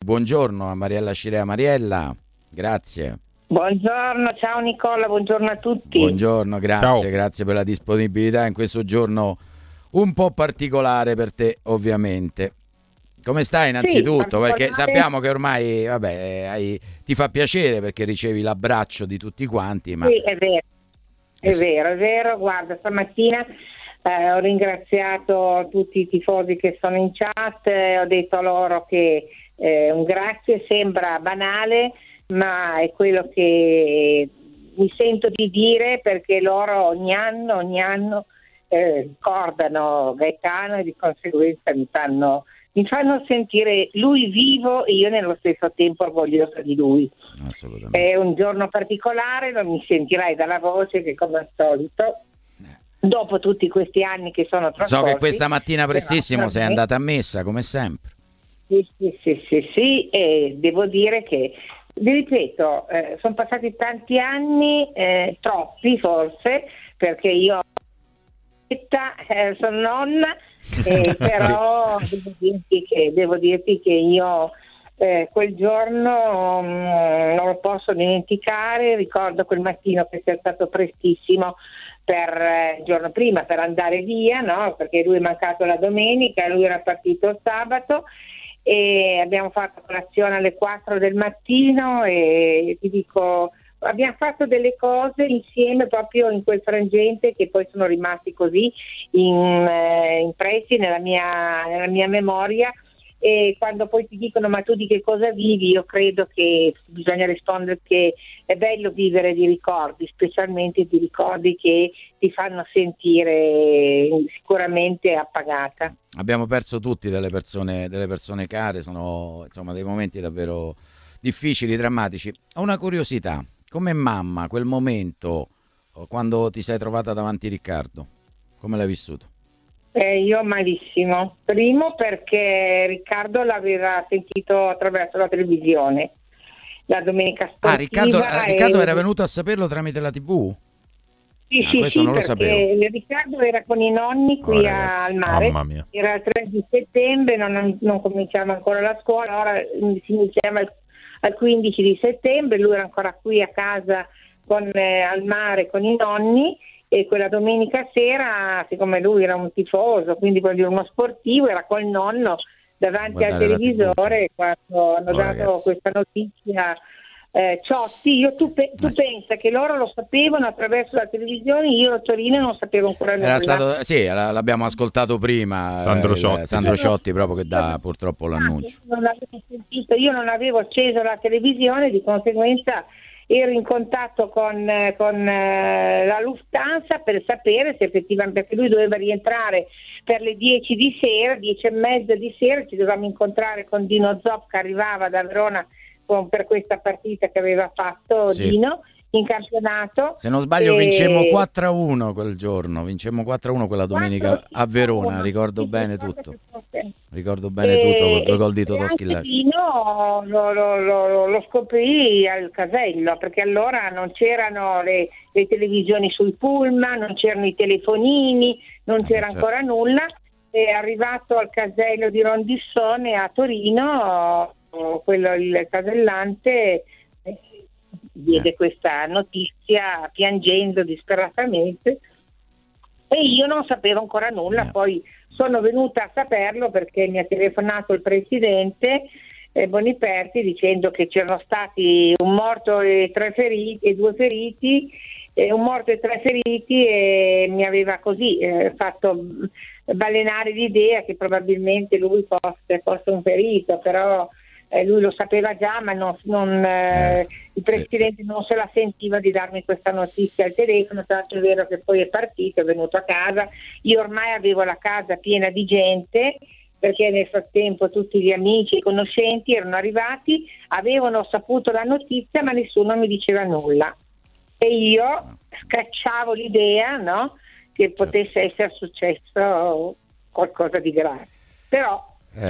buongiorno a Mariella Scirea. Mariella, grazie. Buongiorno, ciao Nicola, buongiorno a tutti. Buongiorno, grazie per la disponibilità in questo giorno un po' particolare per te, ovviamente. Come stai innanzitutto? Perché sappiamo che ormai ti fa piacere perché ricevi l'abbraccio di tutti quanti. Ma... Sì, è vero. Guarda, stamattina ho ringraziato tutti i tifosi che sono in chat, ho detto loro che un grazie sembra banale, ma è quello che mi sento di dire, perché loro ogni anno ricordano Gaetano e di conseguenza mi fanno sentire lui vivo e io nello stesso tempo orgogliosa di lui. Assolutamente. È un giorno particolare, non mi sentirai dalla voce che come al solito, dopo tutti questi anni che sono trascorsi. So che questa mattina prestissimo sei andata a messa, come sempre. Sì, e devo dire che, vi ripeto, sono passati tanti anni, troppi forse, perché io sono nonna, però devo dirti che io quel giorno non lo posso dimenticare. Ricordo quel mattino che sia stato prestissimo per il giorno prima per andare via, no? Perché lui è mancato la domenica, lui era partito il sabato e abbiamo fatto colazione alle 4 del mattino e ti dico, abbiamo fatto delle cose insieme proprio in quel frangente che poi sono rimasti così impressi nella mia memoria. E quando poi ti dicono ma tu di che cosa vivi, io credo che bisogna rispondere che è bello vivere di ricordi, specialmente di ricordi che ti fanno sentire sicuramente appagata. Abbiamo perso tutti delle persone care, sono insomma dei momenti davvero difficili, drammatici. Ho una curiosità, come mamma quel momento quando ti sei trovata davanti a Riccardo, come l'hai vissuto? Io malissimo. Primo perché Riccardo l'aveva sentito attraverso la televisione la domenica sportiva. Riccardo era venuto a saperlo tramite la TV? Sì, non lo perché sapevo. Riccardo era con i nonni qui al mare. Mamma mia. Era il 3 di settembre, non cominciava ancora la scuola, ora si iniziava al 15 di settembre, lui era ancora qui a casa al mare con i nonni. E quella domenica sera, siccome lui era un tifoso, quindi voglio dire uno sportivo, era col nonno davanti al televisore quando hanno dato questa notizia. Ciotti, tu pensa che loro lo sapevano attraverso la televisione, io a Torino non sapevo ancora nulla. L'abbiamo ascoltato prima, Sandro Ciotti proprio che dà purtroppo l'annuncio. Io non avevo acceso la televisione, di conseguenza ero in contatto con la Lufthansa per sapere se effettivamente, perché lui doveva rientrare per le 10 di sera, 10 e mezza di sera, ci dovevamo incontrare con Dino Zopp che arrivava da Verona per questa partita che aveva fatto Dino in campionato. Se non sbaglio vincemmo 4-1 quel giorno, vincemmo 4-1 quella domenica a Verona, ricordo bene tutto. Ricordo bene tutto con 2 gol di Totò Schillaci. Dino lo scoprì al casello, perché allora non c'erano le televisioni sui pullman, non c'erano i telefonini, non c'era ancora nulla. È arrivato al casello di Rondissone a Torino, il casellante diede questa notizia piangendo disperatamente e io non sapevo ancora nulla. Poi sono venuta a saperlo perché mi ha telefonato il presidente Boniperti dicendo che c'erano stati un morto e 3 feriti e 2 feriti, un morto e 3 feriti, e mi aveva così fatto balenare l'idea che probabilmente lui fosse un ferito, però lui lo sapeva già, ma il presidente non se la sentiva di darmi questa notizia al telefono, tanto è vero che poi è partito, è venuto a casa. Io ormai avevo la casa piena di gente, perché nel frattempo tutti gli amici e i conoscenti erano arrivati, avevano saputo la notizia, ma nessuno mi diceva nulla. E io scacciavo l'idea, no, che potesse essere successo qualcosa di grave. Però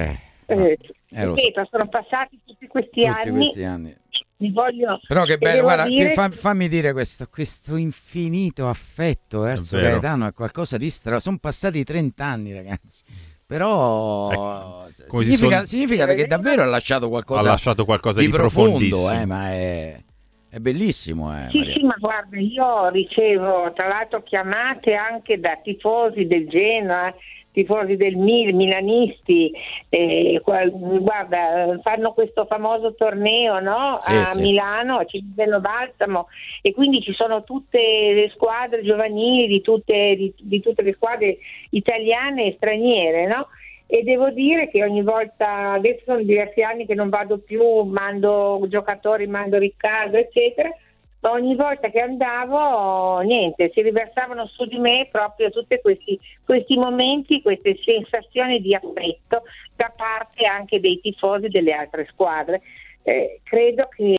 ripeto, sono passati tutti questi anni. Mi voglio, però che bello, guarda, fammi dire questo infinito affetto verso Gaetano è qualcosa di sono passati 30 anni, ragazzi. Però significa che davvero ha lasciato qualcosa di profondo, profondissimo. ma è bellissimo. Sì, ma guarda, io ricevo tra l'altro chiamate anche da tifosi del Genoa, tifosi del milanisti, guarda, fanno questo famoso torneo, no? A Milano, a Cividello Balsamo, e quindi ci sono tutte le squadre giovanili di tutte le squadre italiane e straniere, no? E devo dire che ogni volta, adesso sono diversi anni che non vado più, mando giocatori, mando Riccardo, eccetera, ma ogni volta che andavo, niente, si riversavano su di me proprio tutti questi momenti, queste sensazioni di affetto da parte anche dei tifosi delle altre squadre. Credo che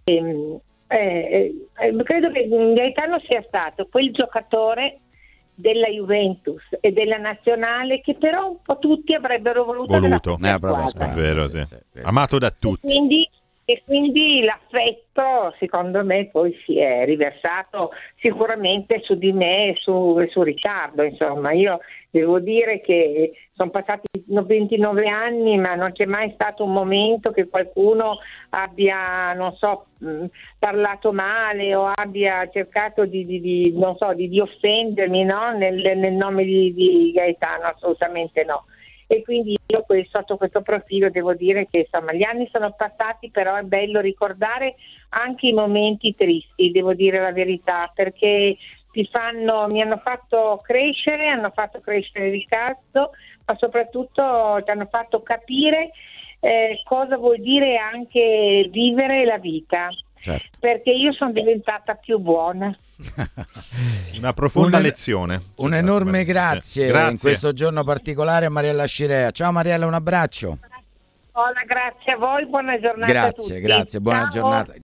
Gaetano sia stato quel giocatore della Juventus e della Nazionale che però un po' tutti avrebbero voluto nella propria squadra. È vero, sì. Amato da tutti. E quindi l'affetto, secondo me, poi si è riversato sicuramente su di me e su Riccardo. Insomma, io devo dire che sono passati 29 anni, ma non c'è mai stato un momento che qualcuno abbia, non so, parlato male o abbia cercato di offendermi, no? Nel nome di Gaetano, assolutamente no. E quindi io sotto questo profilo devo dire che insomma gli anni sono passati, però è bello ricordare anche i momenti tristi, devo dire la verità, perché mi hanno fatto crescere Riccardo, ma soprattutto ti hanno fatto capire cosa vuol dire anche vivere la vita. Certo. Perché io sono diventata più buona. Una profonda lezione. Un enorme grazie in questo giorno particolare a Mariella Scirea. Ciao Mariella, un abbraccio. Grazie a voi, buona giornata a tutti. Grazie, buona giornata.